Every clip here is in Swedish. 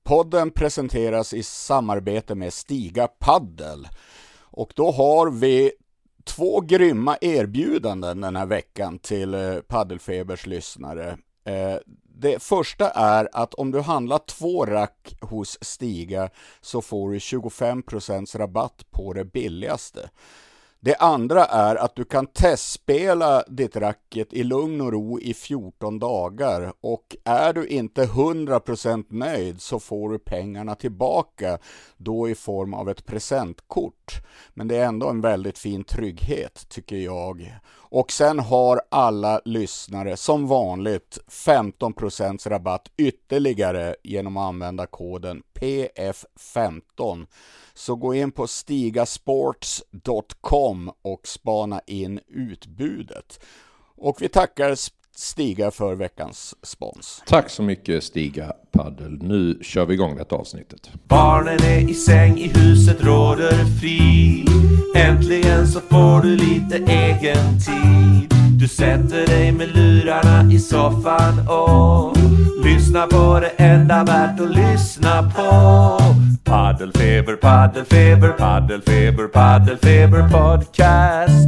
Podden presenteras i samarbete med Stiga Paddel. Och då har vi 2 grymma erbjudanden den här veckan till Paddelfebers lyssnare. Det första är att om du handlar 2 rack hos Stiga så får du 25% rabatt på det billigaste. Det andra är att du kan testspela ditt racket i lugn och ro i 14 dagar och är du inte 100% nöjd så får du pengarna tillbaka då i form av ett presentkort. Men det är ändå en väldigt fin trygghet tycker jag. Och sen har alla lyssnare som vanligt 15% rabatt ytterligare genom att använda koden PF15. Så gå in på stigasports.com och spana in utbudet. Och vi tackar Stiga för veckans spons. Tack så mycket Stiga Paddel. Nu kör vi igång detta avsnittet. Barnen är i säng, i huset råder fri. Äntligen så får du lite egen tid. Du sätter dig med lurarna i soffan och lyssnar på det enda värt att lyssna på. Paddelfeber, paddelfeber, paddelfeber, paddelfeber podcast.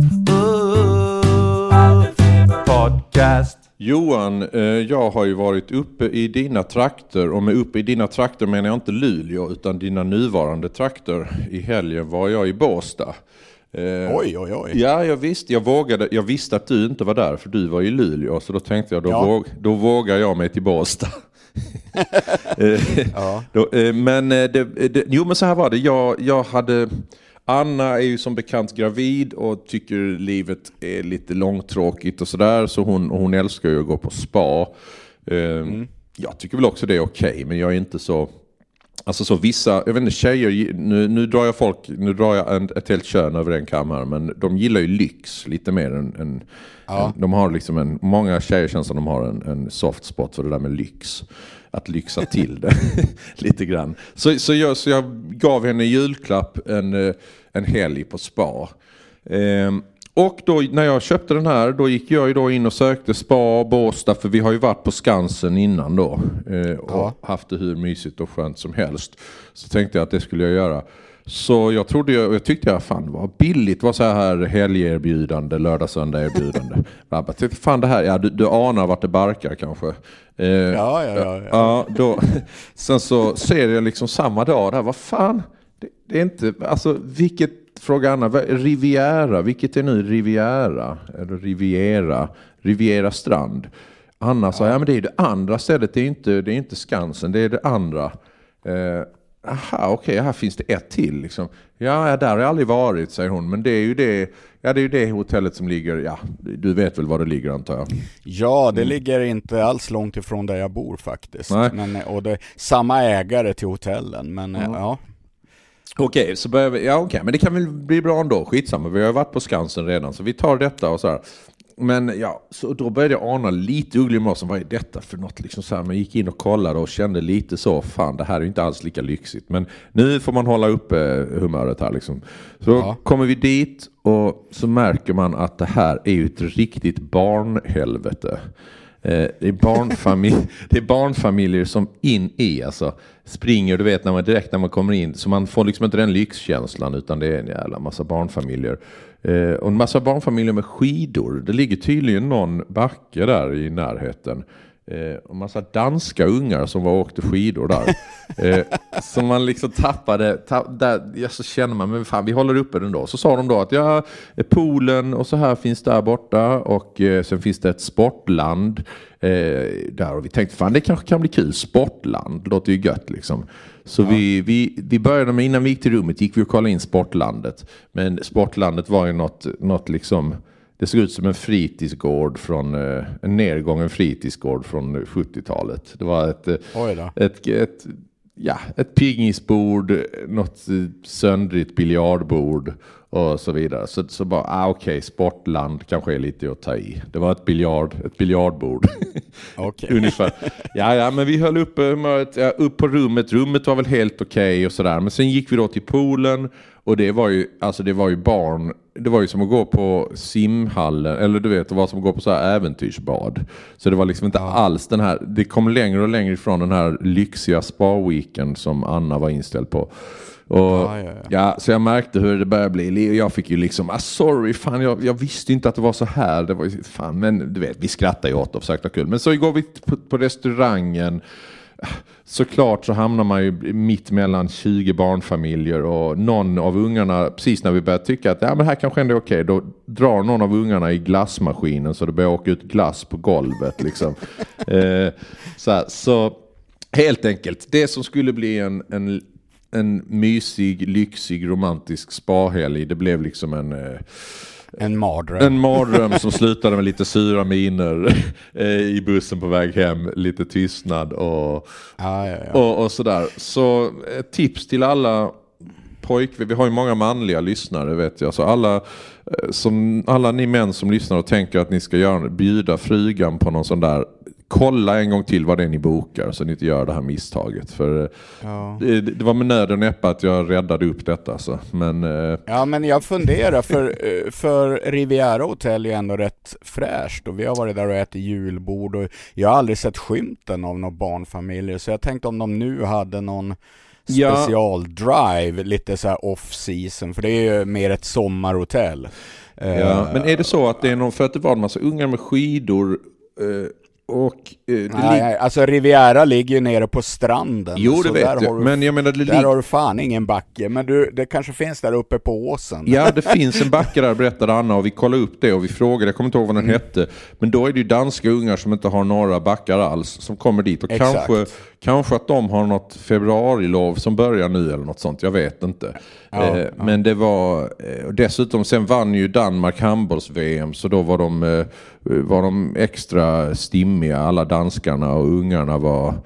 Paddelfeber podcast. Johan, jag har ju varit uppe i dina trakter, och med uppe i dina trakter menar jag inte Luleå utan dina nuvarande trakter. I helgen var jag i Båstad. Oj. Ja, jag visste att du inte var där för du var i Luleå, så då tänkte jag då vågar jag mig till Båstad. Men så här var det. Jag hade Anna är ju som bekant gravid och tycker livet är lite långtråkigt och sådär, så hon älskar ju att gå på spa. Jag tycker väl också det är okej, men jag är inte så. Alltså så vissa, jag vet inte, tjejer, nu drar jag ett helt kön över en kam här, men de gillar ju lyx lite mer än de har liksom många tjejer känns som de har en soft spot för det där med lyx. Att lyxa till det lite grann. Så jag gav henne julklapp en helg på spa. Och då när jag köpte den här, då gick jag ju då in och sökte spa Båstad, för vi har ju varit på Skansen innan då och haft det hur mysigt och skönt som helst. Så tänkte jag att det skulle jag göra. Så jag tyckte fan vad billigt, var så här helgerbjudande, lördag-söndag erbjudande. Fan det här, du anar vart det barkar kanske. Då, sen så ser jag liksom samma dag där, vad fan, det är inte, alltså vilket, fråga Anna, Riviera, vilket är nu Riviera? Eller Riviera strand. Anna sa, men det är det andra stället, det är inte Skansen, det är det andra. Okej, här finns det ett till liksom. Ja, där har jag aldrig varit, säger hon, men det är ju det hotellet som ligger, du vet väl var det ligger antar jag. Ja, det ligger inte alls långt ifrån där jag bor faktiskt. Och det är samma ägare till hotellen, men Okej, så börjar vi, men det kan väl bli bra ändå, skitsamma, vi har varit på Skansen redan, så vi tar detta och så här. Men så då började jag ana lite uglig med vad är detta för något liksom så här, man gick in och kollade och kände lite så, fan det här är inte alls lika lyxigt, men nu får man hålla upp humöret här liksom. Så kommer vi dit och så märker man att det här är ju ett riktigt barnhelvete. Det är barnfamiljer som springer, du vet, direkt när man kommer in, så man får liksom inte den lyxkänslan, utan det är en jävla massa barnfamiljer. Och en massa barnfamiljer med skidor. Det ligger tydligen någon backe där i närheten. Och en massa danska ungar som åkte skidor där. Som man liksom tappade. Så känner man, men fan, vi håller uppe den då. Så sa de då att poolen och så här finns där borta. Och sen finns det ett sportland där. Och vi tänkte, fan det kanske kan bli kul. Sportland, det låter ju gött liksom. Så vi började med, innan vi gick till rummet gick vi och kollade in sportlandet. Men sportlandet var ju något liksom, det såg ut som en fritidsgård från en nedgången fritidsgård från 70-talet. Det var ett pingisbord, något söndrigt biljardbord och så vidare. Så bara, okej, sportland kanske är lite att ta i. Det var ett biljardbord. Okay. Ungefär. Ja, men vi höll upp på rummet. Rummet var väl helt okej och sådär. Men sen gick vi då till poolen Och det var ju barn, det var ju som att gå på simhallen, eller du vet, det var som att gå på så här äventyrsbad. Så det var liksom inte alls den här, det kom längre och längre ifrån den här lyxiga spa-weekend som Anna var inställd på. Och så jag märkte hur det började bli. Jag fick ju liksom, sorry, fan, jag visste inte att det var så här. Det var fan, men du vet, vi skrattar ju åt och försökte kul. Men så går vi på restaurangen. Såklart så hamnar man ju mitt mellan 20 barnfamiljer och någon av ungarna, precis när vi börjar tycka att men här kanske ändå är okej, då drar någon av ungarna i glassmaskinen så det börjar åka ut glass på golvet liksom. Så helt enkelt, det som skulle bli en mysig, lyxig, romantisk spahelg, det blev liksom en mardröm. En mardröm som slutade med lite sura miner i bussen på väg hem, lite tystnad och sådär. Så ett tips till alla vi har ju många manliga lyssnare, vet jag. Så alla ni män som lyssnar och tänker att ni ska bjuda frugan på någon sån där, kolla en gång till vad det är ni bokar så ni inte gör det här misstaget. För det var med nöd och näppe att jag räddade upp detta. Så. Men jag funderar, för Riviera Hotel är ändå rätt fräscht och vi har varit där och ätit julbord och jag har aldrig sett skymten av några barnfamiljer, så jag tänkte om de nu hade någon specialdrive, lite så här off-season, för det är ju mer ett sommarhotell. Men är det så att det är någon, för att det var en massa ungar med skidor alltså Riviera ligger ju nere på stranden. Jo, det vet jag. Men jag menar, där har du fan ingen backe. Men det kanske finns där uppe på åsen. Ja, det finns en backe där, berättade Anna, och vi kollade upp det och vi frågade, jag kommer inte ihåg vad den hette. Men då är det ju danska ungar som inte har några backar alls som kommer dit. Och kanske att de har något februarilov som börjar nu eller något sånt, jag vet inte. Men det var, dessutom sen vann ju Danmark handbolls-VM, så då var de extra stimmiga, alla danskarna, och ungarna var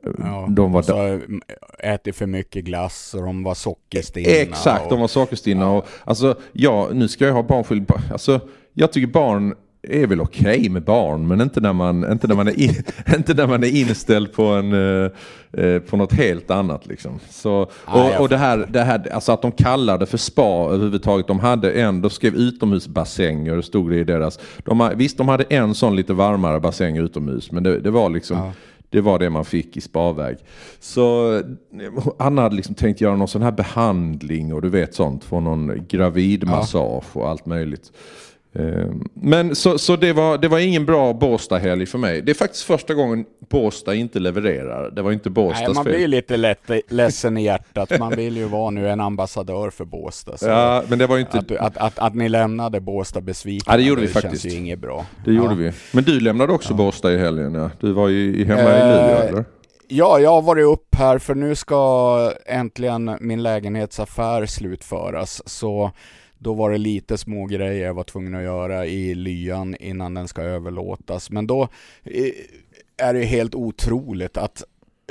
ätit för mycket glass och de var sockerstinna. Exakt, de var sockerstinna. Och, alltså, nu ska jag ha barnskild. Alltså, jag tycker barn är väl okej med barn, men inte när man är inställd på något helt annat liksom. Så och det här alltså att de kallade för spa överhuvudtaget, de skrev utomhusbassänger, och stod det i deras. De hade en sån lite varmare bassäng utomhus, men det var liksom det var det man fick i spaväg. Så Anna hade liksom tänkt göra någon sån här behandling och du vet sånt, få någon gravidmassage och allt möjligt. Men så det var ingen bra Båstad-helg för mig. Det är faktiskt första gången Båstad inte levererar. Det var inte Båstads fel. Man blir lite ledsen i hjärtat. Man vill ju vara nu en ambassadör för Båstad. Ja, men det var ju inte... Att ni lämnade Båstad besvikna. Ja, det gjorde vi faktiskt. Känns ju inget bra. Det gjorde vi. Men du lämnade också Båstad i helgen, ja. Du var ju hemma i Luleå, eller? Ja, jag har varit upp här för nu ska äntligen min lägenhetsaffär slutföras. Så då var det lite små grejer jag var tvungen att göra i lyan innan den ska överlåtas. Men då är det helt otroligt att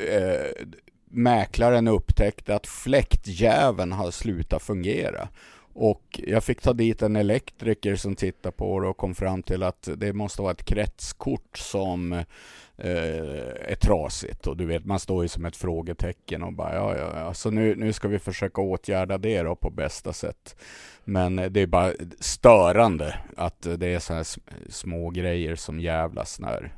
mäklaren upptäckte att fläktjäveln har slutat fungera. Och jag fick ta dit en elektriker som tittar på det och kom fram till att det måste vara ett kretskort som är trasigt. Och du vet, man står ju som ett frågetecken och bara ja. Så nu ska vi försöka åtgärda det då på bästa sätt. Men det är bara störande att det är så här små grejer som jävlas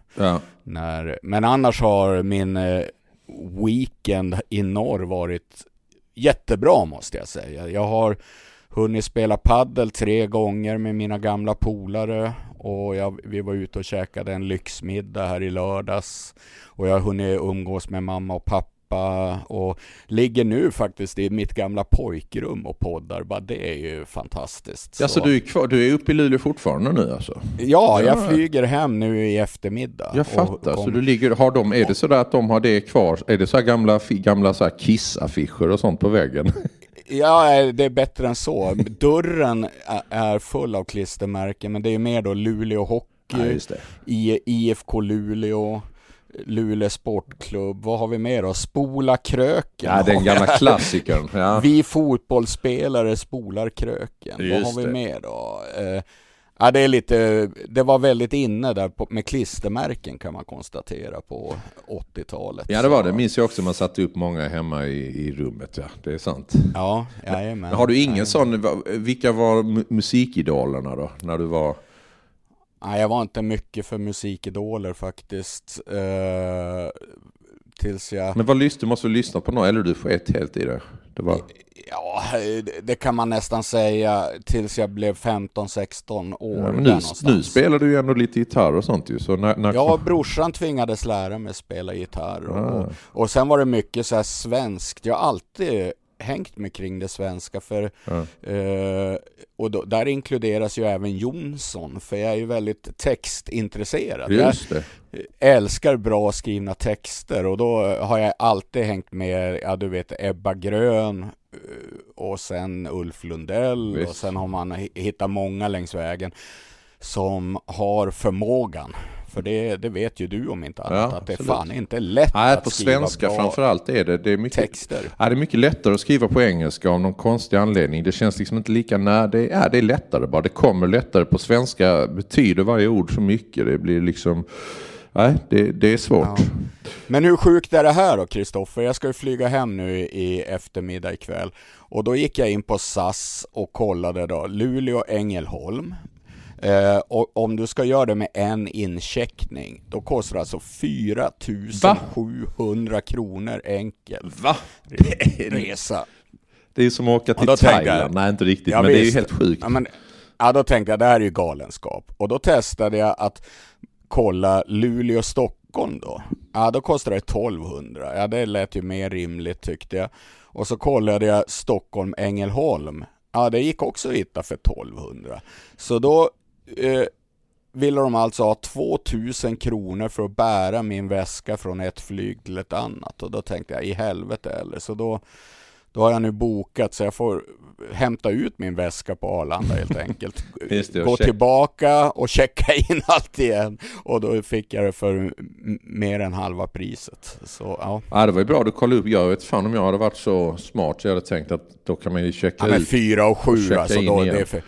när men annars har min weekend i norr varit jättebra, måste jag säga. Jag har hunnit spela paddel 3 gånger med mina gamla polare och vi var ute och käkade en lyxmiddag här i lördags och jag har hunnit umgås med mamma och pappa och ligger nu faktiskt i mitt gamla pojkrum och poddar. Bara det är ju fantastiskt. Ja, så du är kvar, du är uppe i Luleå fortfarande nu alltså? Ja, jag flyger hem nu i eftermiddag. Jag fattar, så du ligger, är det så där att de har det kvar? Är det så här gamla så här kissaffischer och sånt på väggen? Ja, det är bättre än så. Dörren är full av klistermärken, men det är mer då Luleå Hockey, IFK Luleå, Luleå Sportklubb. Vad har vi mer då? Spola kröken. Ja, den gamla klassikern. Ja. Vi fotbollsspelare spolar kröken. Vad har vi mer då? Ja, det var väldigt inne där med klistermärken kan man konstatera på 80-talet. Ja, det var det. Minns jag också, man satte upp många hemma i rummet. Ja, det är sant. Ja, men har du ingen sån, vilka var musikidolerna då, när du var... Nej, jag var inte mycket för musikidoler faktiskt. Tills jag... Men du måste lyssna på något, eller du får ett helt i det. Ja, det kan man nästan säga tills jag blev 15-16 år. Ja, men nu spelar du ju ändå lite gitarr och sånt ju. Så Ja, brorsan tvingades lära mig spela gitarr. Och sen var det mycket så här svenskt. Jag har alltid hängt mig kring det svenska och där inkluderas ju även Jonsson, för jag är ju väldigt textintresserad. Just det. Jag älskar bra skrivna texter, och då har jag alltid hängt med, ja du vet, Ebba Grön och sen Ulf Lundell. Visst. Och sen har man hittat många längs vägen som har förmågan. För det vet ju du om inte annat, att det är fan inte lätt att på skriva svenska bra framförallt är det mycket texter. Ja, det är mycket lättare att skriva på engelska av någon konstig anledning. Det känns liksom inte lika det är lättare bara. Det kommer lättare. På svenska betyder varje ord så mycket. Det blir liksom... Nej, det är svårt. Ja. Men hur sjukt är det här då, Kristoffer? Jag ska ju flyga hem nu i eftermiddag ikväll. Och då gick jag in på SAS och kollade då Luleå-Ängelholm. Och om du ska göra det med en incheckning, då kostar det alltså 4 700 kronor enkel. Va? Resa. Det är som att åka till Thailand. Nej, inte riktigt, men det är ju helt sjukt. Ja, då tänkte jag, det här är ju galenskap. Och då testade jag att kolla Luleå-Stockholm då. Ja, då kostar det 1200. Ja, det lät ju mer rimligt tyckte jag. Och så kollade jag Stockholm-Ängelholm. Ja, det gick också att hitta för 1200. Så då ville de alltså ha 2000 kronor för att bära min väska från ett flyg till ett annat. Och då tänkte jag, i helvete eller. Så då har jag nu bokat, så jag får hämta ut min väska på Arlanda helt enkelt. Gå tillbaka och checka in allt igen. Och då fick jag det för mer än halva priset. Så, ja, det var ju bra du kollade upp. Jag vet fan om jag hade varit så smart, så jag hade tänkt att då kan man ju checka ut. 4 och 7 alltså då,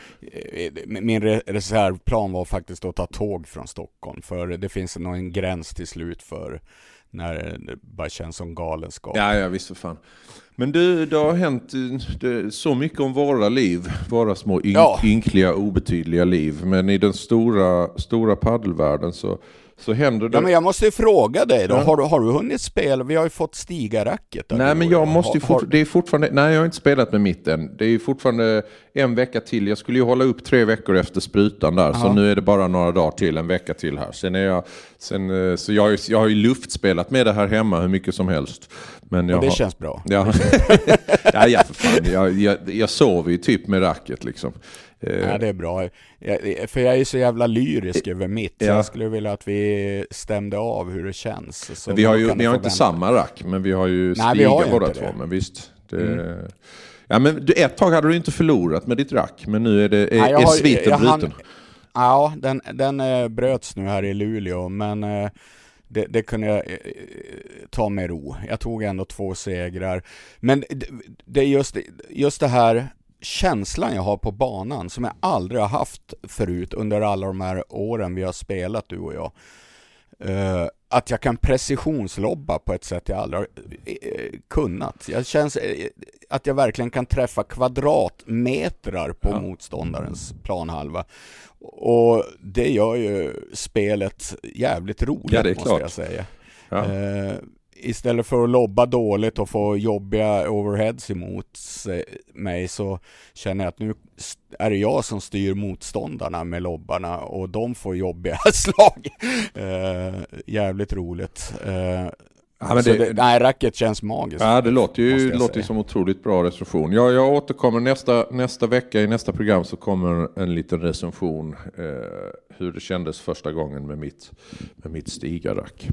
min reservplan var faktiskt att ta tåg från Stockholm. För det finns någon gräns till slut för när det bara känns som galenskap. Ja, visst för fan. Men det har hänt så mycket om våra liv, våra små ynkliga, obetydliga liv. Men i den stora paddelvärlden så händer det... Ja, men jag måste ju fråga dig då, har du hunnit spela? Vi har ju fått Stiga-racket. Nej, men jag måste det är fortfarande... Nej, jag har inte spelat med mitt än. Det är fortfarande en vecka till. Jag skulle ju hålla upp 3 veckor efter sprutan där. Så nu är det bara några dagar till, en vecka till här. Så jag har ju luftspelat med det här hemma hur mycket som helst. Men det känns bra. Ja, ja för fan. Jag sover ju typ med racket liksom. Ja, det är bra. För jag är så jävla lyrisk över mitt. Så jag skulle vilja att vi stämde av hur det känns. Så vi har inte samma rack, men vi har ju Stiga båda två. Men visst, ja, men ett tag hade du inte förlorat med ditt rack, men nu är sviten bruten. Ja, den bröts nu här i Luleå, men det kunde jag ta med ro. Jag tog ändå 2 segrar. Men det är just det här känslan jag har på banan som jag aldrig har haft förut under alla de här åren vi har spelat, du och jag. Att jag kan precisionslobba på ett sätt jag aldrig har kunnat. Jag känns att jag verkligen kan träffa kvadratmetrar på motståndarens planhalva. Och det gör ju spelet jävligt roligt, måste jag säga. Ja. Istället för att lobba dåligt och få jobbiga overheads emot mig, så känner jag att nu är det jag som styr motståndarna med lobbarna och de får jobbiga slag. Jävligt roligt. Racket känns magiskt. Ja, det låter ju som otroligt bra recension. Jag återkommer nästa vecka i nästa program, så kommer en liten recension hur det kändes första gången med mitt Stiga-rack.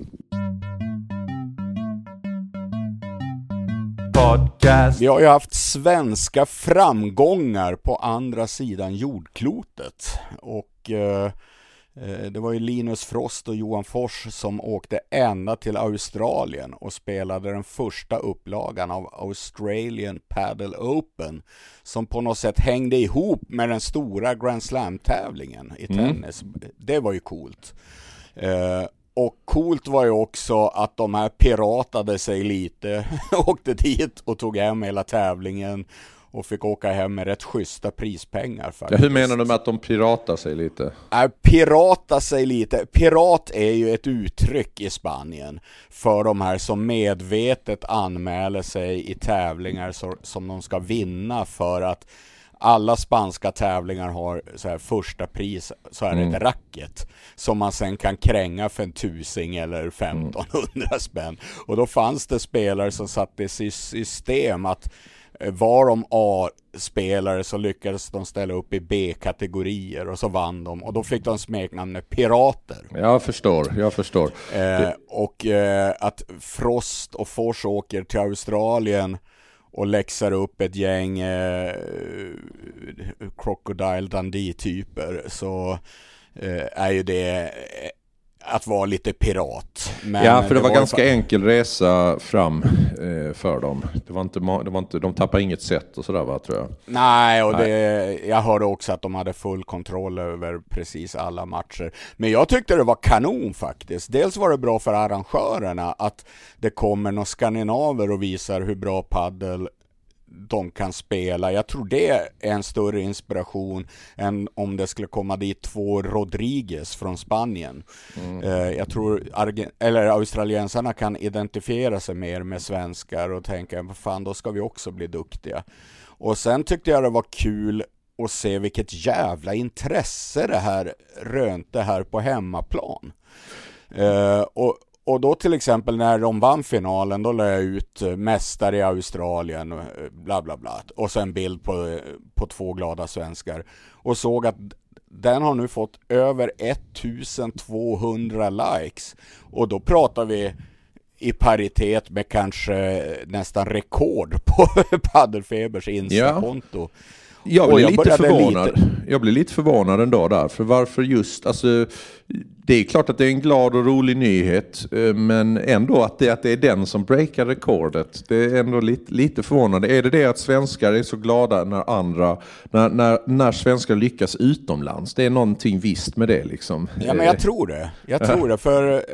Podcast. Vi har ju haft svenska framgångar på andra sidan jordklotet. Och Det var ju Linus Frost och Johan Fors som åkte ända till Australien och spelade den första upplagan av Australian Paddle Open, som på något sätt hängde ihop med den stora Grand Slam-tävlingen i tennis. Det var ju coolt. Och coolt var ju också att de här piratade sig lite, åkte dit och tog hem hela tävlingen och fick åka hem med rätt schyssta prispengar faktiskt. Ja, hur menar du med att de piratar sig lite? Pirata sig lite. Pirat är ju ett uttryck i Spanien för de här som medvetet anmäler sig i tävlingar som de ska vinna, för att alla spanska tävlingar har så här första pris, så är det ett racket som man sen kan kränga för 1000 eller 1500 spänn. Och då fanns det spelare som satte i system att var de A-spelare så lyckades de ställa upp i B-kategorier och så vann de. Och då fick de smeknamnet pirater. Jag förstår. Och att Frost och Fors åker till Australien och läxar upp ett gäng Crocodile Dundee-typer, så är ju det att vara lite pirat. Men ja, för det var ganska enkel resa fram för dem. Det var inte, de tappade inget set och sådär, va, tror jag. Nej, och jag hörde också att de hade full kontroll över precis alla matcher. Men jag tyckte det var kanon faktiskt. Dels var det bra för arrangörerna att det kommer några skandinaver och visar hur bra paddel de kan spela. Jag tror det är en större inspiration än om det skulle komma dit 2 Rodriguez från Spanien. Jag tror australiensarna kan identifiera sig mer med svenskar och tänka, fan, då ska vi också bli duktiga. Och sen tyckte jag det var kul att se vilket jävla intresse det här rönte här på hemmaplan. Och då till exempel när de vann finalen, då lade jag ut mästare i Australien, bla bla bla, och sen bild på 2 glada svenskar, och såg att den har nu fått över 1200 likes, och då pratar vi i paritet med kanske nästan rekord på Paddelfebers Insta-konto. Jag blir lite förvånad ändå där. För varför just, alltså, det är klart att det är en glad och rolig nyhet, men ändå att det är den som breakar rekordet. Det är ändå lite förvånande. Är det att svenskar är så glada när svenskar lyckas utomlands? Det är någonting visst med det liksom. Ja, men jag tror det. För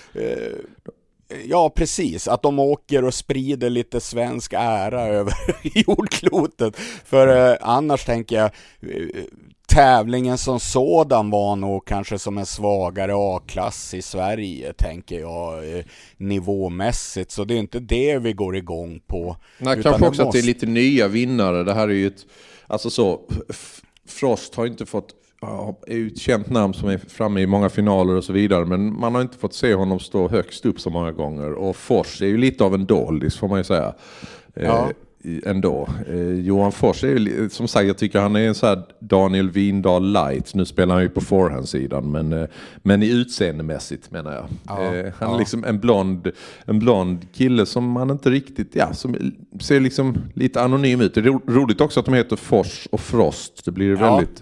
ja, precis. Att de åker och sprider lite svensk ära över jordklotet. För annars tänker jag, tävlingen som sådan var nog kanske som en svagare A-klass i Sverige, tänker jag, nivåmässigt. Så det är inte det vi går igång på. Nej, kanske också att det är lite nya vinnare. Det här är ju ett, alltså så, Frost har inte fått, är ju ett känt namn som är framme i många finaler och så vidare, men man har inte fått se honom stå högst upp så många gånger. Och Fors är ju lite av en doldis, får man ju säga. Ja. Ändå. Johan Fors är ju, som sagt, jag tycker han är en så här Daniel Windahl light. Nu spelar han ju på forehandsidan, men i utseendemässigt menar jag. Ja. Han är liksom en blond kille som man inte riktigt, som ser liksom lite anonym ut. Det är roligt också att de heter Fors och Frost. Det blir väldigt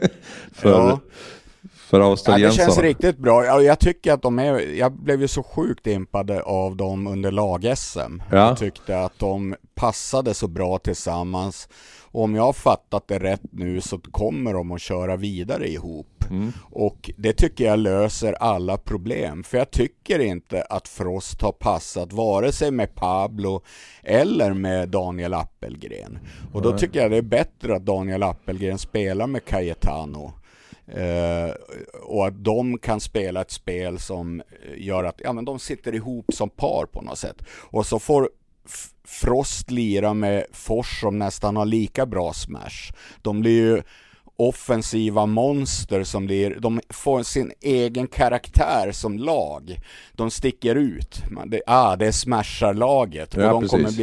för australiensarna. Ja, det känns riktigt bra. Jag tycker att jag blev ju så sjukt impade av dem under lag-SM. Ja. Jag tyckte att de passade så bra tillsammans. Och om jag har fattat det rätt nu så kommer de att köra vidare ihop. Och det tycker jag löser alla problem. För jag tycker inte att Frost har passat vare sig med Pablo eller med Daniel Appelgren. Och då tycker jag det är bättre att Daniel Appelgren spelar med Cayetano. Och att de kan spela ett spel som gör att de sitter ihop som par på något sätt. Och så får Frost lira med Fors som nästan har lika bra smash. De blir ju offensiva monster som de får sin egen karaktär som lag. De sticker ut. Det är smasharlaget och de kommer bli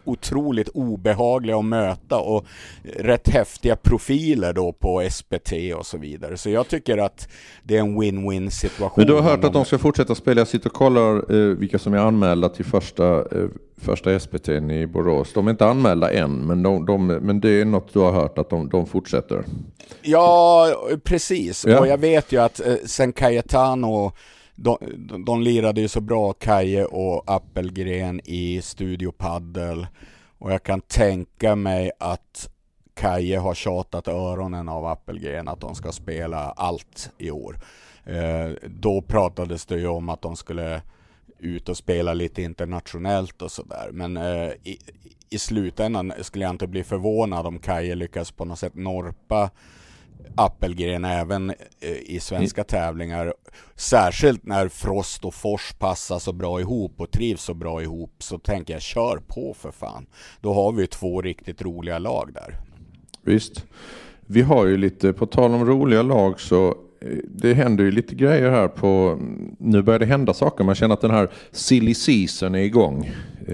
otroligt obehagliga att möta och rätt häftiga profiler då på SPT och så vidare. Så jag tycker att det är en win-win situation. Men du har hört att de ska fortsätta spela. Jag sitter och kollar vilka som är anmälda till första SPT i Borås. De är inte anmälda än, men det är något du har hört att de fortsätter. Ja, precis. Ja. Och jag vet ju att sen Cayetano, de lirade ju så bra, Kaje och Appelgren i Studio Paddel. Och jag kan tänka mig att Kaje har tjatat öronen av Appelgren att de ska spela allt i år. Då pratades det ju om att de skulle ut och spela lite internationellt och sådär. Men i slutändan skulle jag inte bli förvånad om Kaje lyckas på något sätt norpa Appelgren även i svenska tävlingar. Särskilt när Frost och Fors passar så bra ihop och trivs så bra ihop, så tänker jag, kör på för fan. Då har vi 2 riktigt roliga lag där. Visst. Vi har ju lite, på tal om roliga lag, så det händer ju lite grejer här nu börjar det hända saker. Man känner att den här silly season är igång.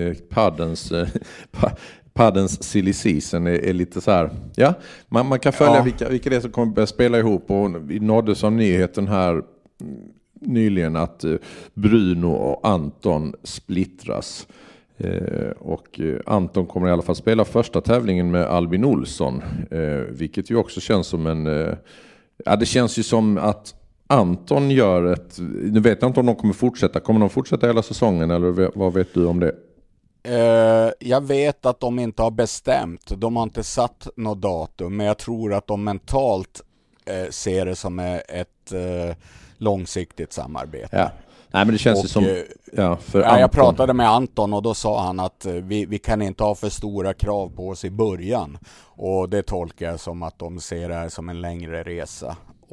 Paddens silly season är lite så här. Ja, man kan följa vilka det är som kommer börja spela ihop. Och vi nåddes av nyheten här nyligen att Bruno och Anton splittras. Och Anton kommer i alla fall spela första tävlingen med Albin Olsson. Vilket ju också känns som det känns ju som att Anton gör nu vet jag inte om de kommer fortsätta. Kommer de fortsätta hela säsongen, eller vad vet du om det? Jag vet att de inte har bestämt. De har inte satt något datum, men jag tror att de mentalt ser det som ett långsiktigt samarbete. Ja. Nej, men det känns ju som jag pratade med Anton och då sa han att vi kan inte ha för stora krav på oss i början, och det tolkar jag som att de ser det här som en längre resa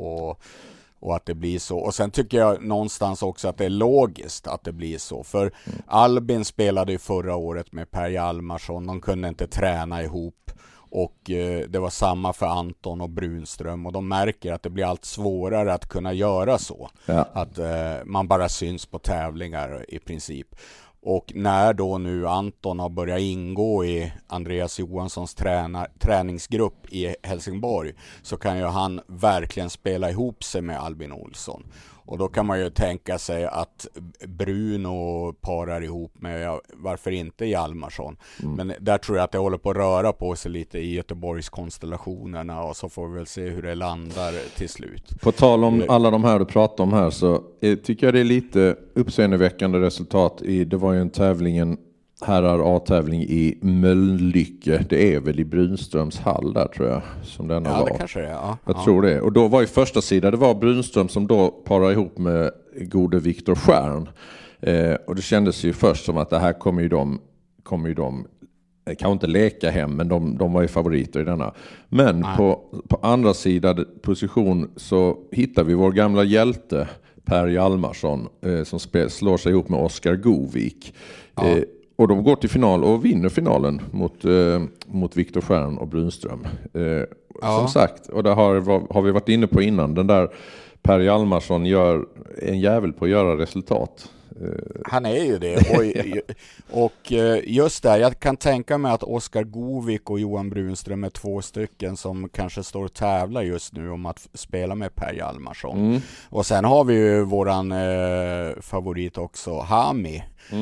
och att det blir så. Och sen tycker jag någonstans också att det är logiskt att det blir så. För Albin spelade ju förra året med Per Hjalmarsson. De kunde inte träna ihop. Och det var samma för Anton och Brunström. Och de märker att det blir allt svårare att kunna göra så. Ja. Att man bara syns på tävlingar i princip. Och när då nu Anton har börjat ingå i Andreas Johanssons träningsgrupp i Helsingborg, så kan ju han verkligen spela ihop sig med Albin Olsson. Och då kan man ju tänka sig att Bruno parar ihop med, varför inte Hjalmarsson. Men där tror jag att det håller på att röra på sig lite i Göteborgs konstellationerna, och så får vi väl se hur det landar till slut. På tal om alla de här du pratar om här, så tycker jag det är lite uppseendeväckande resultat det var ju en herrar A-tävling i Mölnlycke. Det är väl i Brunströms hall där, tror jag, som denna var. Ja, det kanske det är. Ja. Jag tror det. Och då var ju första sidan, det var Brunström som då parar ihop med gode Viktor Stjärn. Och det kändes ju först som att det här kommer ju de kan inte leka hem, men de var ju favoriter i denna. Men på andra sidan position så hittar vi vår gamla hjälte Per Hjalmarsson som slår sig ihop med Oskar Govik. Ja. Och de går till final och vinner finalen mot Viktor Stjärn och Brunström. Som sagt, och där har vi varit inne på innan, den där Per Hjalmarsson gör en jävel på att göra resultat. Han är ju det. Och just där, jag kan tänka mig att Oskar Govik och Johan Brunström är 2 stycken som kanske står och tävlar just nu om att spela med Per Hjalmarsson. Och sen har vi ju våran favorit också, Hami.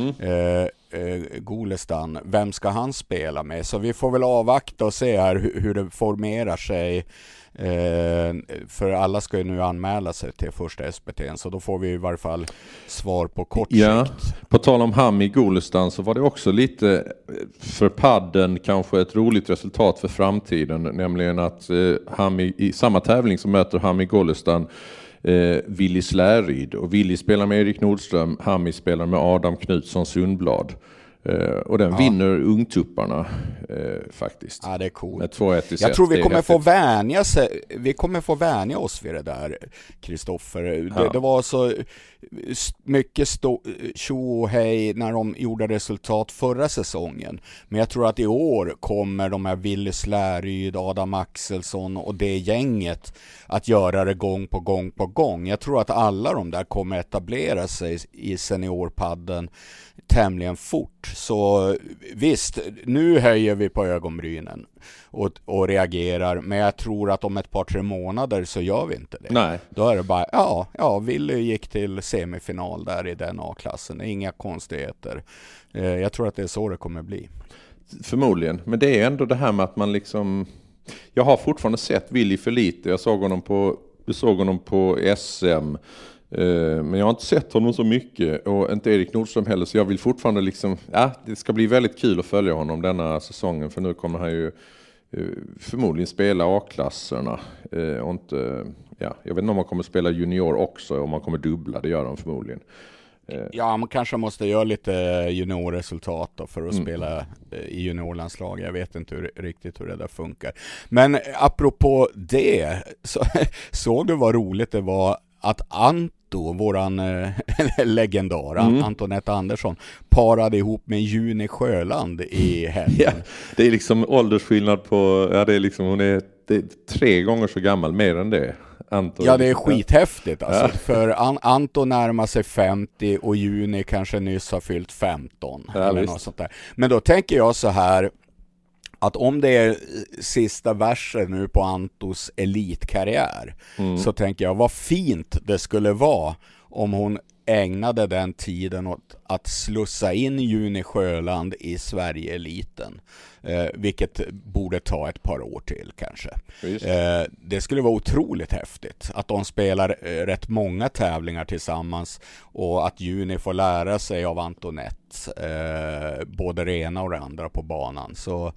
Golestan. Vem ska han spela med? Så vi får väl avvakta och se här hur det formerar sig. För alla ska ju nu anmäla sig till första SPT, så då får vi i varje fall svar på kort sikt. På tal om Hami Golestan, så var det också lite för padden kanske ett roligt resultat för framtiden, nämligen att Hami i samma tävling som möter Hami Golestan Willy Släryd, och Willy spelar med Erik Nordström, Hami spelar med Adam Knutsson Sundblad. Och den vinner ungtupparna. faktiskt. Ja, det är coolt. Med 2-1 i set. Jag tror vi kommer få vänja oss vid det där, Kristoffer. Det var så mycket tjo och hej när de gjorde resultat förra säsongen. Men jag tror att i år kommer de här Ville Släryd, Adam Axelsson och det gänget att göra det gång på gång på gång. Jag tror att alla de där kommer etablera sig i seniorpadden tämligen fort. Så visst, nu höjer vi på ögonbrynen och reagerar, men jag tror att om ett par 3 månader så gör vi inte det. Nej. Då är det bara, ja, Ville gick till semifinal där i den A-klassen. Inga konstigheter. Jag tror att det är så det kommer bli. Förmodligen, men det är ändå det här med att man liksom... Jag har fortfarande sett Willy för lite. Jag såg honom på SM. Men jag har inte sett honom så mycket och inte Erik Nordström heller, så jag vill fortfarande liksom, det ska bli väldigt kul att följa honom denna säsongen, för nu kommer han ju förmodligen spela A-klasserna och inte, jag vet inte om han kommer spela junior också, om han kommer dubbla, det gör han förmodligen. Ja, man kanske måste göra lite juniorresultat då för att spela i juniorlandslag. Jag vet inte riktigt hur det där funkar. Men apropå det, såg du vad roligt det var att våran legendar Antoinette Andersson parade ihop med Juni Sjöland i helgen. Ja, det är liksom åldersskillnad på, det är liksom, hon är 3 gånger så gammal, mer än det. Anton. Ja, det är skithäftigt alltså. Ja. För Anton närmar sig 50 och Juni kanske nyss har fyllt 15 eller något sånt där. Men då tänker jag så här, att om det är sista versen nu på Antos elitkarriär så tänker jag vad fint det skulle vara om hon ägnade den tiden åt att slussa in Juni Sjöland i Sverige-eliten. Vilket borde ta ett par år till kanske. Det skulle vara otroligt häftigt att de spelar rätt många tävlingar tillsammans och att Juni får lära sig av Antoinette både det ena och det andra på banan. Så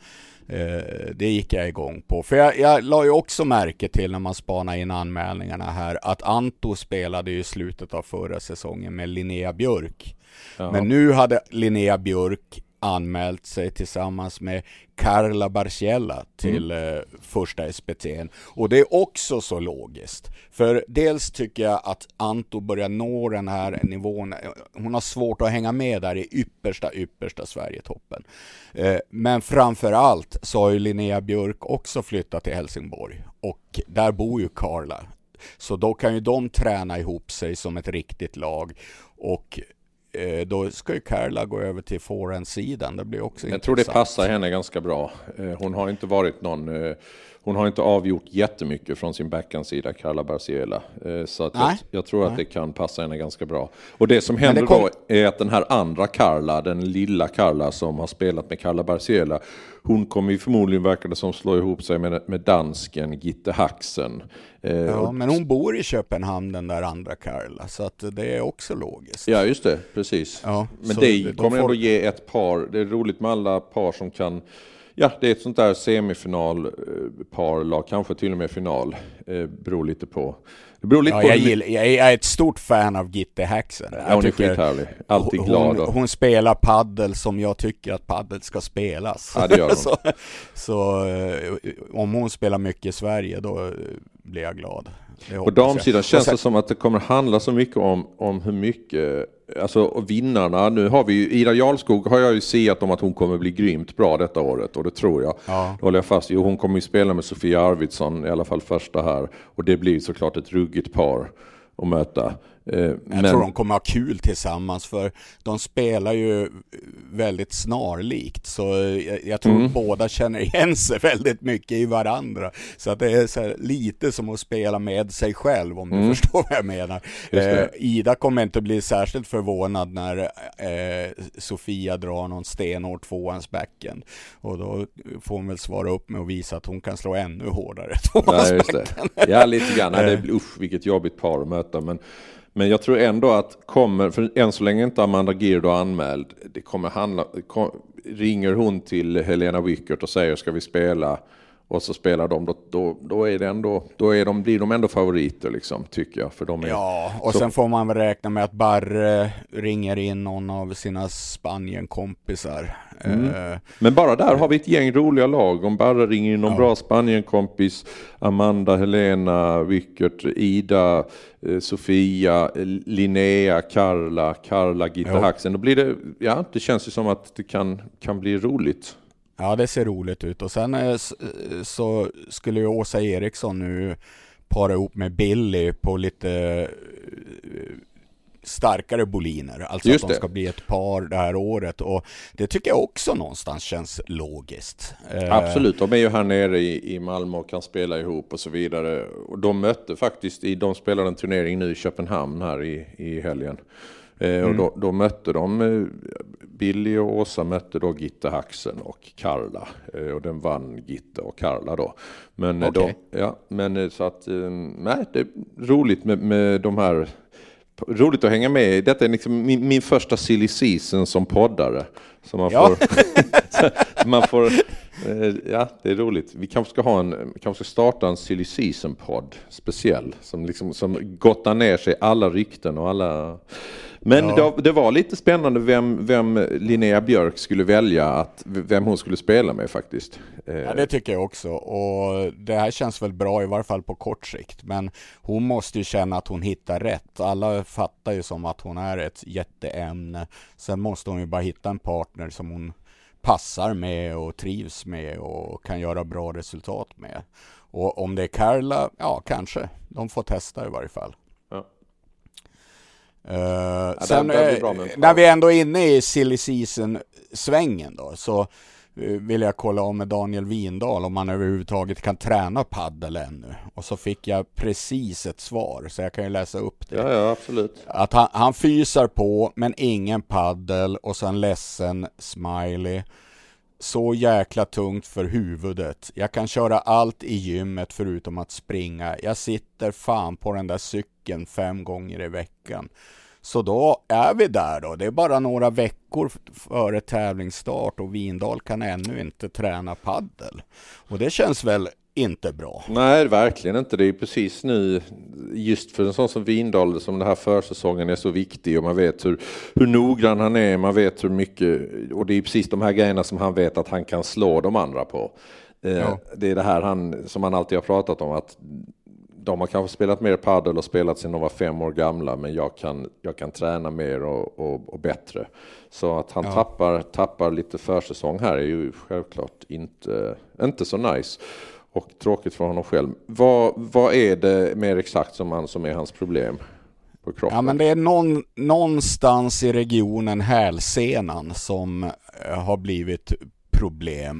det gick jag igång på. För jag la ju också märke till när man spanade in anmälningarna här att Anto spelade i slutet av förra säsongen med Linnea Björk. Jaha. Men nu hade Linnea Björk anmält sig tillsammans med Carla Barciella till första SPT:n. Och det är också så logiskt. För dels tycker jag att Anto börjar nå den här nivån. Hon har svårt att hänga med där i yppersta Sverigetoppen. Men framförallt så har ju Linnea Björk också flyttat till Helsingborg. Och där bor ju Carla. Så då kan ju de träna ihop sig som ett riktigt lag. Och då ska ju Carla gå över till forehand-sidan. Det blir också jag tror det passar henne ganska bra. Hon har inte varit hon har inte avgjort jättemycket från sin backhand-sida, Carla Barciella. Så att jag tror att det kan passa henne ganska bra. Och det som händer då är att den här andra Carla, den lilla Carla som har spelat med Carla Barciella, hon kommer ju förmodligen verka det som slår ihop sig med dansken Gitte Haxen. Men hon bor i Köpenhamn, den där andra Carla, så att det är också logiskt. Ja, just det, precis. Ja, men det kommer ändå ge ett par, det är roligt med alla par som kan, det är ett sånt där semifinalparlag, kanske till och med final, beror lite på. Det beror lite på jag är ett stort fan av Gitte Haxen. Hon är skithärlig, alltid glad. Hon spelar paddel som jag tycker att paddel ska spelas. Ja, det gör hon. så om hon spelar mycket i Sverige, då blir jag glad. På damsidan känns det som att det kommer handla så mycket om hur mycket, alltså vinnarna. Nu har vi ju Ida Jarlskog, har jag ju sett om att hon kommer bli grymt bra detta året, och det tror jag. Ja. Då håller jag fast. Jo, hon kommer ju spela med Sofia Arvidsson i alla fall första här, och det blir såklart ett ruggigt par att möta. Jag tror de kommer ha kul tillsammans, för de spelar ju väldigt snarlikt, så jag tror båda känner igen sig väldigt mycket i varandra, så att det är så här, lite som att spela med sig själv, om du förstår vad jag menar. Ida kommer inte bli särskilt förvånad när Sofia drar någon stenhård tvåans backen, och då får hon väl svara upp med att visa att hon kan slå ännu hårdare tvåans backen. Ja, lite grann. Det blir vilket jobbigt par att möta, men jag tror ändå att för än så länge inte Amanda Girdo anmäld, det kommer ringer hon till Helena Wickert och säger ska vi spela, och så spelar de, blir de ändå favoriter liksom, tycker jag. För de är, ja, och sen får man väl räkna med att Barre ringer in någon av sina Spanien-kompisar. Men bara där har vi ett gäng roliga lag. Om Barre ringer in någon bra Spanien-kompis, Amanda, Helena, Rickert, Ida, Sofia, Linnea, Carla, Gitta Haxen, då blir det, det känns ju som att det kan bli roligt. Ja, det ser roligt ut. Och sen så skulle ju Åsa Eriksson nu para ihop med Billy på lite starkare boliner. Alltså just att de ska bli ett par det här året. Och det tycker jag också någonstans känns logiskt. Absolut, de är ju här nere i Malmö och kan spela ihop och så vidare. Och de mötte faktiskt, de spelar en turnering nu i Köpenhamn här i helgen. Och då mötte de, Billy och Åsa mötte då Gitta Haxen och Carla. Och den vann Gitta och Carla då. Men, så att, nej, det är roligt med de här, roligt att hänga med. Detta är liksom min första silly season som poddare. Så man får, det är roligt. Vi kanske ska starta en silly season podd speciell som gottar ner sig alla rykten och alla. Men det var lite spännande vem Linnea Björk skulle välja, vem hon skulle spela med faktiskt. Ja, det tycker jag också. Och det här känns väl bra i varje fall på kort sikt. Men hon måste ju känna att hon hittar rätt. Alla fattar ju som att hon är ett jätteämne. Sen måste hon ju bara hitta en partner som hon passar med och trivs med och kan göra bra resultat med. Och om det är Carla, kanske. De får testa i varje fall. Sen, när vi ändå är inne i silly season-svängen då, så vill jag kolla om med Daniel Windahl om man överhuvudtaget kan träna paddel ännu. Och så fick jag precis ett svar, så jag kan ju läsa upp det. Ja, absolut. Att han fysar på, men ingen paddel, och sen ledsen smiley. Så jäkla tungt för huvudet. Jag kan köra allt i gymmet förutom att springa. Jag sitter fan på den där cykeln 5 gånger i veckan. Så då är vi där då. Det är bara några veckor före tävlingsstart och Windahl kan ännu inte träna paddel. Och det känns väl inte bra. Nej, verkligen inte. Det är precis nu, just för en sån som Windahl, som den här försäsongen är så viktig, och man vet hur noggrann han är, man vet hur mycket, och det är precis de här grejerna som han vet att han kan slå de andra på. Det är det här som han alltid har pratat om, att de har kanske spelat mer paddel och spelat sedan de var 5 år gamla, men jag kan träna mer och bättre. Så att han tappar lite försäsong här är ju självklart inte så nice. Och tråkigt för honom själv. Vad är det mer exakt som är hans problem på kroppen? Ja, men det är någonstans i regionen hälsenan som har blivit problem.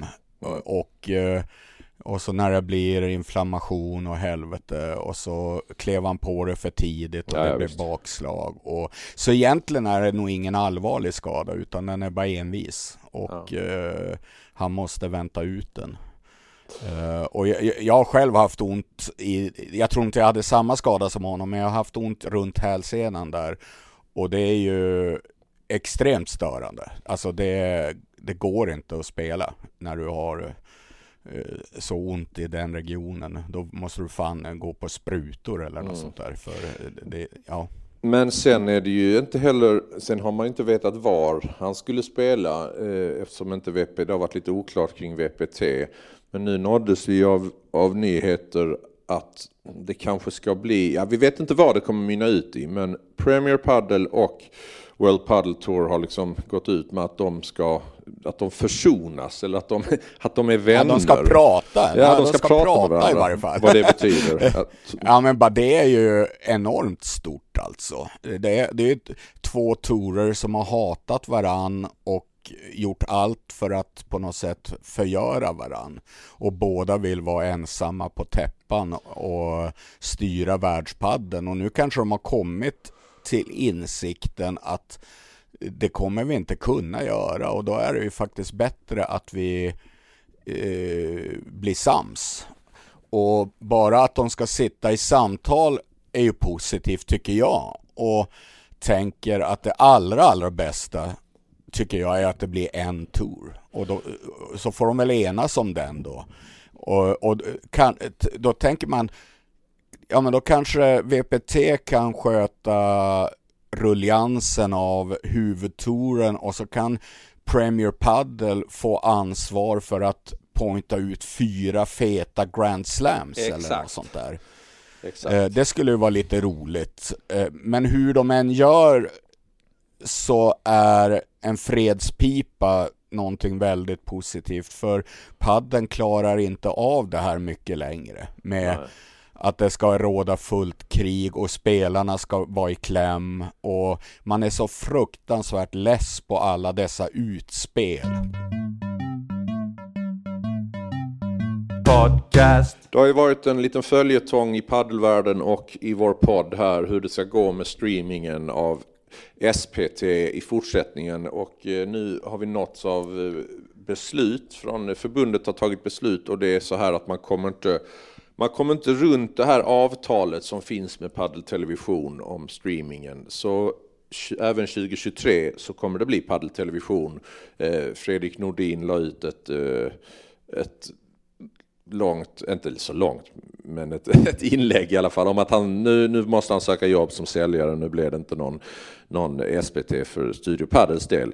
Och så när det blir inflammation och helvete, och så klev han på det för tidigt och det blev bakslag. Så egentligen är det nog ingen allvarlig skada, utan den är bara envis. Och han måste vänta ut den. Och jag har själv haft ont jag tror inte jag hade samma skada som honom, men jag har haft ont runt hälsenan där, och det är ju extremt störande. Alltså det går inte att spela när du har så ont i den regionen. Då måste du fan gå på sprutor eller något sånt där, för det, Men sen är det ju inte heller, sen har man inte vetat var han skulle spela, eftersom inte det har varit lite oklart kring VPT. Men nu nåddes vi av nyheter att det kanske ska bli, vi vet inte vad det kommer mynna ut i, men Premier Padel och World Padel Tour har liksom gått ut med att de försonas, eller att de är vänner. Ja, de ska prata. Ja, de ska prata med varandra, i varje fall. Vad det betyder. Ja, men bara det är ju enormt stort alltså. Det är 2 tourer som har hatat varann och gjort allt för att på något sätt förgöra varann. Och båda vill vara ensamma på täppan och styra världspadden. Och nu kanske de har kommit till insikten att det kommer vi inte kunna göra, och då är det ju faktiskt bättre att vi blir sams. Och bara att de ska sitta i samtal är ju positivt, tycker jag, och tänker att det allra bästa tycker jag är att det blir en tour, och då, så får de väl enas om den då. Och då tänker man, ja men då kanske VPT kan sköta rulliansen av huvudtouren och så kan Premier Padel få ansvar för att pointa ut 4 feta Grand Slams. Exakt. Eller något sånt där. Exakt. Det skulle ju vara lite roligt. Men hur de än gör så är en fredspipa någonting väldigt positivt, för padden klarar inte av det här mycket längre med att det ska råda fullt krig och spelarna ska vara i kläm och man är så fruktansvärt less på alla dessa utspel. Podcast. Det har ju varit en liten följetong i paddelvärlden och i vår podd här hur det ska gå med streamingen av SPT i fortsättningen, och nu har vi nåtts av beslut från förbundet har tagit beslut, och det är så här att man kommer inte runt det här avtalet som finns med paddeltelevision om streamingen. Så även 2023 så kommer det bli paddeltelevision. Fredrik Nordin la ut ett långt, inte så långt, men ett inlägg i alla fall om att han nu måste han söka jobb som säljare. Nu blev det inte någon SPT för Studio Paddels del.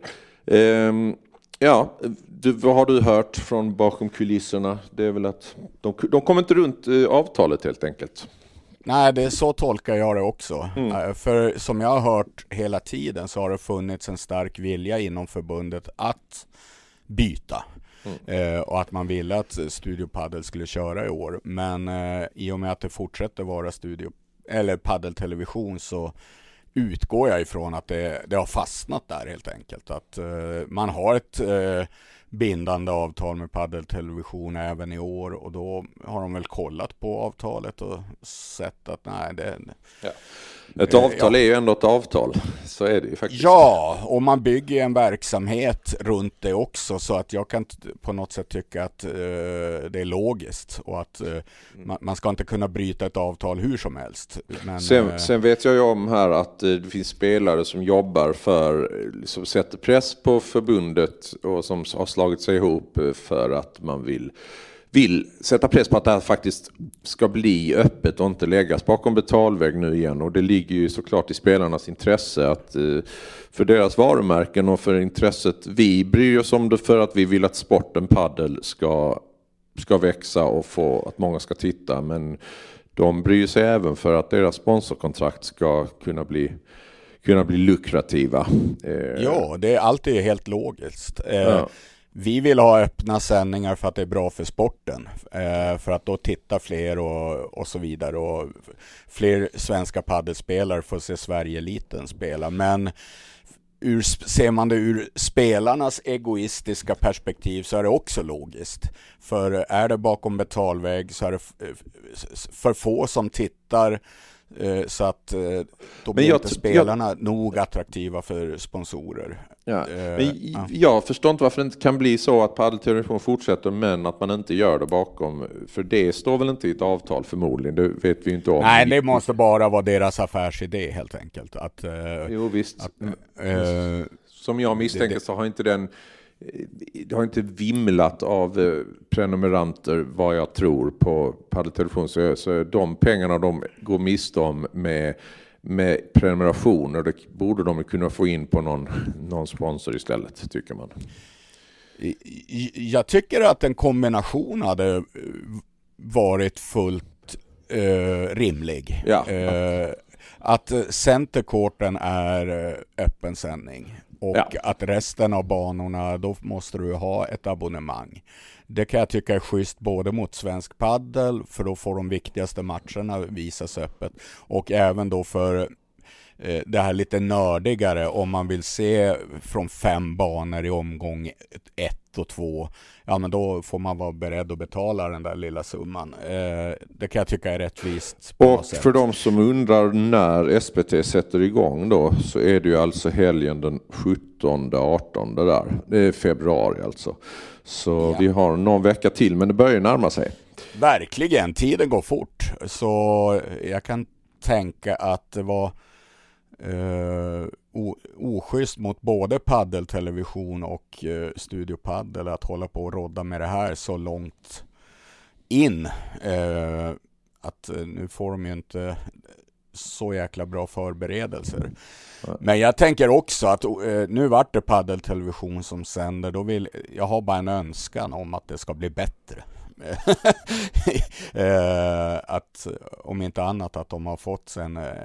Vad har du hört från bakom kulisserna? Det är väl att de kommer inte runt avtalet helt enkelt. Nej, det är så tolkar jag det också. För som jag har hört hela tiden så har det funnits en stark vilja inom förbundet att byta. Och att man ville att Studio Paddel skulle köra i år. Men i och med att det fortsätter vara paddeltelevision så utgår jag ifrån att det har fastnat där helt enkelt. Att man har ett bindande avtal med paddeltelevision även i år, och då har de väl kollat på avtalet och sett att nej, det... Ja. Ett avtal är ju ändå ett avtal, så är det ju faktiskt. Ja, och man bygger en verksamhet runt det också, så att jag kan på något sätt tycka att det är logiskt och att man ska inte kunna bryta ett avtal hur som helst. Men, sen vet jag ju om här att det finns spelare som jobbar som sätter press på förbundet och som har slagit sig ihop för att man vill sätta press på att det här faktiskt ska bli öppet och inte läggas bakom betalvägg nu igen. Och det ligger ju såklart i spelarnas intresse att för deras varumärken och för intresset. Vi bryr oss om det för att vi vill att sporten paddel ska växa och få att många ska titta. Men de bryr sig även för att deras sponsorkontrakt ska kunna bli lukrativa. Ja, det är alltid helt logiskt. Vi vill ha öppna sändningar för att det är bra för sporten. För att då tittar fler och så vidare. Och fler svenska paddelspelare får se Sverige-eliten spela. Men ser man det ur spelarnas egoistiska perspektiv så är det också logiskt. För är det bakom betalvägg så är det för få som tittar. Så att då blir inte spelarna nog attraktiva för sponsorer. Ja. Jag förstår inte varför det inte kan bli så att paddeltelevision fortsätter men att man inte gör det bakom. För det står väl inte i ett avtal förmodligen, det vet vi inte om. Nej, det måste bara vara deras affärsidé helt enkelt. Jo visst. Som jag misstänker så har inte det har inte vimlat av prenumeranter vad jag tror på paddeltelefon, så de pengarna de går miste om med prenumerationer, det borde de kunna få in på någon sponsor istället, tycker man. Jag tycker att en kombination hade varit fullt rimlig. Ja. Att centerkorten är öppen sändning. Och att resten av banorna, då måste du ha ett abonnemang. Det kan jag tycka är schysst både mot svensk paddel, för då får de viktigaste matcherna visas öppet. Och även då för det här lite nördigare, om man vill se från 5 banor i omgång 1 och 2. Ja, men då får man vara beredd att betala den där lilla summan. Det kan jag tycka är rättvist. Och för de som undrar när SPT sätter igång då, så är det ju alltså helgen den 17-18 där. Det är februari alltså. Så vi har någon vecka till, men det börjar närma sig. Verkligen, tiden går fort. Så jag kan tänka att det var oschysst mot både paddeltelevision och Studio Paddel att hålla på och rodda med det här så långt in att nu får de ju inte så jäkla bra förberedelser. Men jag tänker också att nu vart det paddeltelevision som sänder, jag har bara en önskan om att det ska bli bättre. Att om inte annat att de har fått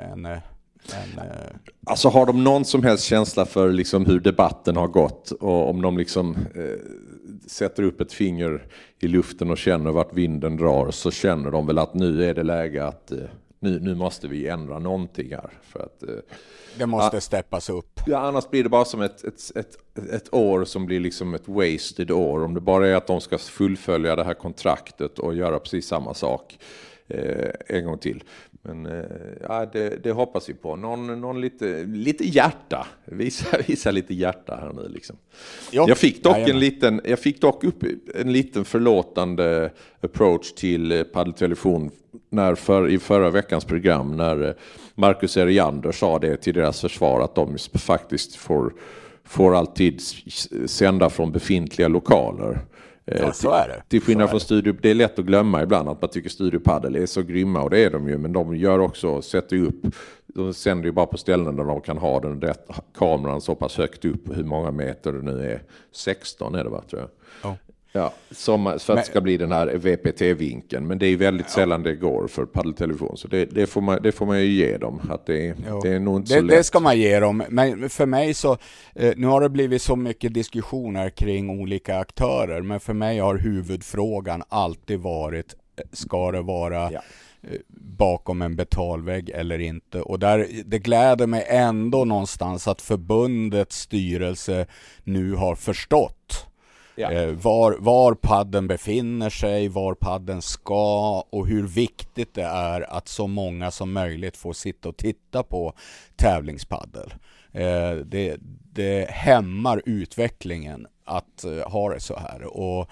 Alltså har de någon som helst känsla för liksom hur debatten har gått, och om de liksom sätter upp ett finger i luften och känner vart vinden drar, så känner de väl att nu är det läge att nu måste vi ändra någonting här, för att det måste steppas upp. Ja, annars blir det bara som ett år som blir liksom ett wasted år, om det bara är att de ska fullfölja det här kontraktet och göra precis samma sak en gång till. Men ja, det hoppas vi på. Någon lite hjärta. Visa lite hjärta här nu liksom. Jo, jag fick dock upp en liten förlåtande approach till paddeltelefon i förra veckans program, när Marcus Eriander sa det till deras försvar, att de faktiskt får alltid sända från befintliga lokaler. Ja, så är det. Till skillnad från studio, det är lätt att glömma ibland att man tycker Studio Paddel är så grymma, och det är de ju, men de gör också, de sänder ju bara på ställen där de kan ha den rätt kameran så pass högt upp, hur många meter det nu är, 16 är det va, tror jag. Ja. Ja, för att det ska bli den här VPT-vinkeln, men det är väldigt sällan det går för paddeltelefon, så det får man ju ge dem, att det är nog inte så lätt. Det ska man ge dem, men för mig så nu har det blivit så mycket diskussioner kring olika aktörer, men för mig har huvudfrågan alltid varit, ska det vara bakom en betalvägg eller inte, och det gläder mig ändå någonstans att förbundets styrelse nu har förstått var padden befinner sig, var padden ska, och hur viktigt det är att så många som möjligt får sitta och titta på tävlingspaddel. Det hämmar utvecklingen att ha det så här, och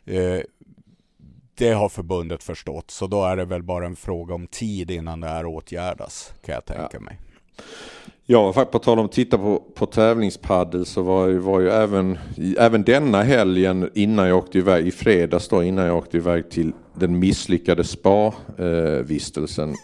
det har förbundet förstått, så då är det väl bara en fråga om tid innan det här åtgärdas, kan jag tänka mig. Ja, faktiskt på tal om att titta på tävlingspaddel, så var ju även denna helgen innan jag åkte iväg, i fredags då, innan jag åkte iväg till den misslyckade spa-vistelsen,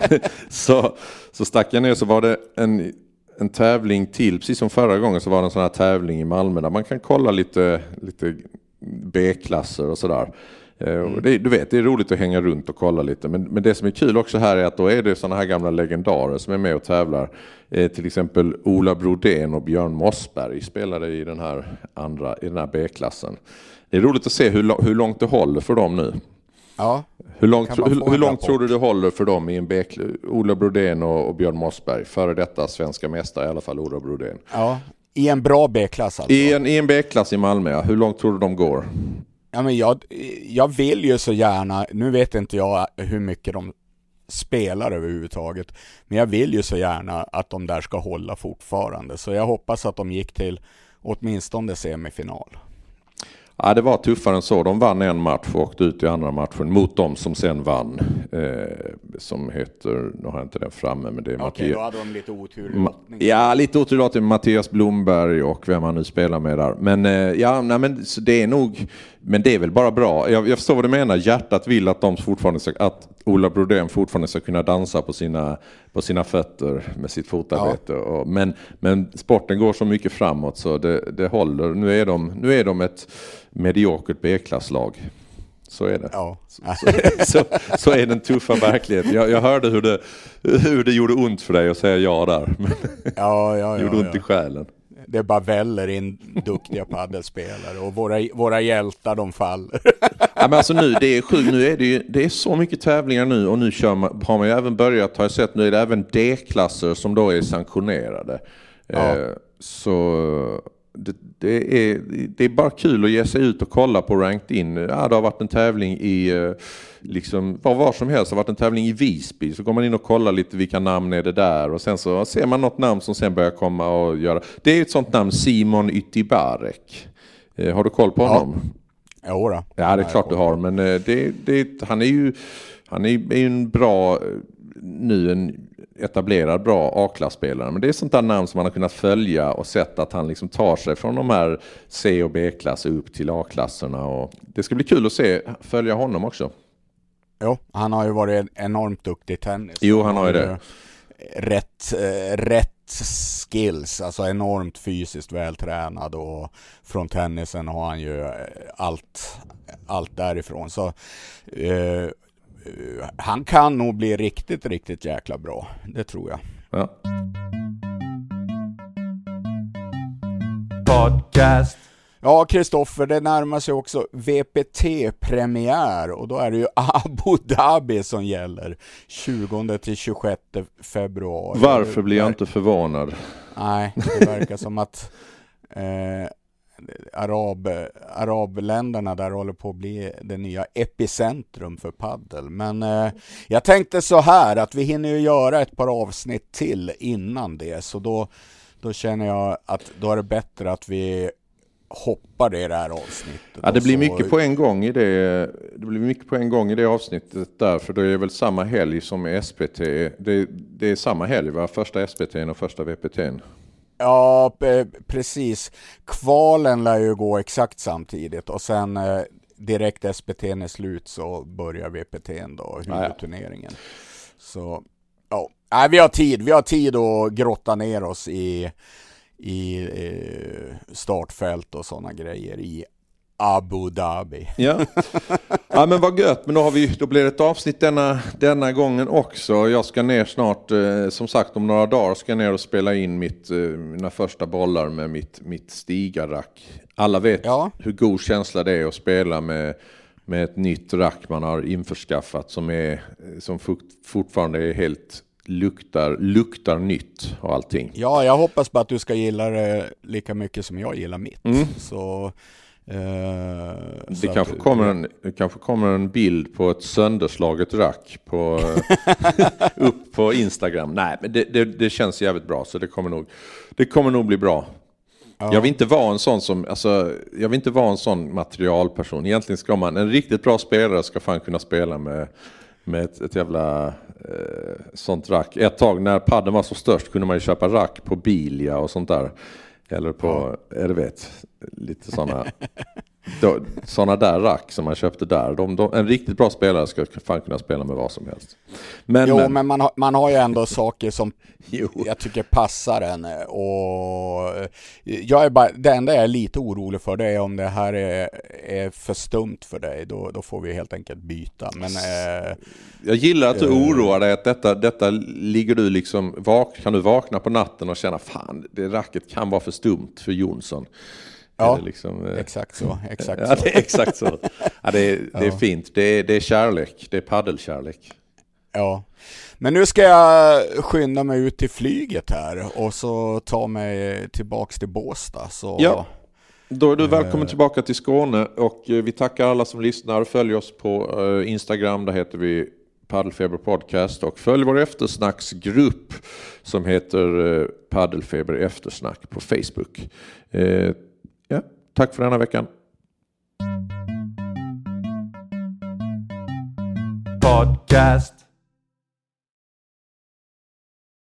så stack jag ner, så var det en tävling till, precis som förra gången så var det en sån här tävling i Malmö där man kan kolla lite B-klasser och sådär. Du vet, det är roligt att hänga runt och kolla lite, men det som är kul också här är att då är det såna här gamla legendarer som är med och tävlar. Till exempel Ola Brodén och Björn Mossberg spelade i den här B-klassen. Det är roligt att se hur långt det håller för dem nu. Ja. Hur långt tror du det håller för dem i en Ola Brodén och Björn Mossberg, före detta svenska mästare i alla fall, Ola Brodén. Ja, i en bra B-klass alltså. I en B-klass i Malmö, ja. Hur långt tror du de går? Ja, men jag vill ju så gärna, nu vet inte jag hur mycket de spelar överhuvudtaget, men jag vill ju så gärna att de där ska hålla fortfarande, så jag hoppas att de gick till åtminstone semifinal. Ja, det var tuffare än så. De vann en match och åkte ut i andra matchen mot dem som sen vann. Som heter, nu har jag inte den framme, men det är Mattias. Då hade de lite otur i lottning. Ja, lite otur i lottning med Mattias Blomberg och vem han nu spelar med där. Men men så det är nog, men det är väl bara bra. Jag förstår vad du menar. Hjärtat vill att att Ola Brodén fortfarande ska kunna dansa på sina fötter med sitt fotarbete. Ja. Men sporten går så mycket framåt så det håller. Nu är de ett mediokert B-klasslag. Så är det. Ja. Så är den tuffa verkligheten. Jag hörde hur det gjorde ont för dig att säga ja där. Ja. Gjorde ont i själen. Det bara väller in duktiga paddelspelare och våra hjältar, de faller. Ja, men alltså det är så mycket tävlingar nu, och nu har man ju även börjat, har jag sett, nu är det även D-klasser som då är sanktionerade. Ja. Så det är bara kul att ge sig ut och kolla på ranked in. Ja, det har varit en tävling i liksom var som helst. Det har varit en tävling i Visby, så går man in och kollar lite vilka namn är det där, och sen så ser man något namn som sen börjar komma och göra. Det är ett sånt namn, Simon Yttibarek. Har du koll på honom? Ja, då. Ja, det är klart du har, men han är ju en bra, nu en etablerad bra A-klassspelare, men det är sånt där namn som man har kunnat följa och sett att han liksom tar sig från de här C- och B-klasser upp till A-klasserna, och det ska bli kul att följa honom också. Jo, han har ju varit enormt duktig i tennis. Jo, han har ju det. Rätt skills, alltså enormt fysiskt vältränad, och från tennisen har han ju allt därifrån. Så han kan nog bli riktigt, riktigt jäkla bra. Det tror jag. Ja. Podcast. Ja, Kristoffer, det närmar sig också VPT-premiär, och då är det ju Abu Dhabi som gäller 20-26 februari. Varför blir jag inte förvånad? Nej, det verkar som att arabländerna där håller på att bli det nya epicentrum för paddel. Men jag tänkte så här, att vi hinner ju göra ett par avsnitt till innan det, så då känner jag att då är det bättre att vi hoppar det här avsnittet. Ja, det blir mycket på en gång i det. Det blir mycket på en gång i det avsnittet där, för då är det väl samma helg som SPT. Det är samma helg, va? Första SPT:n och första VPT:n. Ja, precis. Kvalen lär ju gå exakt samtidigt, och sen direkt SPT:n är slut så börjar VPT:n då, huvudturneringen. Så ja, nej, vi har tid att grotta ner oss i startfält och sådana grejer i Abu Dhabi. Ja. Ja, men vad gött. Men då blir det ett avsnitt denna gången också. Jag ska ner snart, som sagt om några dagar ska jag ner och spela in mina första bollar med mitt stigarrack. Alla vet hur god känsla det är att spela med ett nytt rack man har införskaffat som fortfarande är helt luktar nytt och allting. Ja, jag hoppas på att du ska gilla det lika mycket som jag gillar mitt. Så det kanske kommer en bild på ett sönderslaget rack upp på Instagram. Nej, men det känns jävligt bra, så det kommer nog bli bra. Ja. Jag vill inte vara en sån materialperson. Egentligen ska en riktigt bra spelare ska fan kunna spela med ett jävla sånt rack. Ett tag när padden var så störst kunde man ju köpa rack på Bilia och sånt där. Eller på, lite såna där rack som man köpte där. En riktigt bra spelare ska fan kunna spela med vad som helst. Men man har ju ändå saker som jag tycker passar en, och det enda jag är lite orolig för, det är om det här är för stumt för dig, då får vi helt enkelt byta. Men jag gillar att du oroar dig, att detta ligger du liksom kan du vakna på natten och känna fan, det racket kan vara för stumt för Jonsson. Ja, liksom, exakt så. Det är exakt så. Ja, det är fint. Det är kärlek. Det är paddelkärlek. Ja. Men nu ska jag skynda mig ut till flyget här och så ta mig tillbaks till Båstad. Så... Ja, då är du välkommen tillbaka till Skåne, och vi tackar alla som lyssnar. Följ oss på Instagram, där heter vi Paddelfeber Podcast, och följ vår eftersnacksgrupp som heter Paddelfeber Eftersnack på Facebook. Ja, tack för denna veckan. Podcast.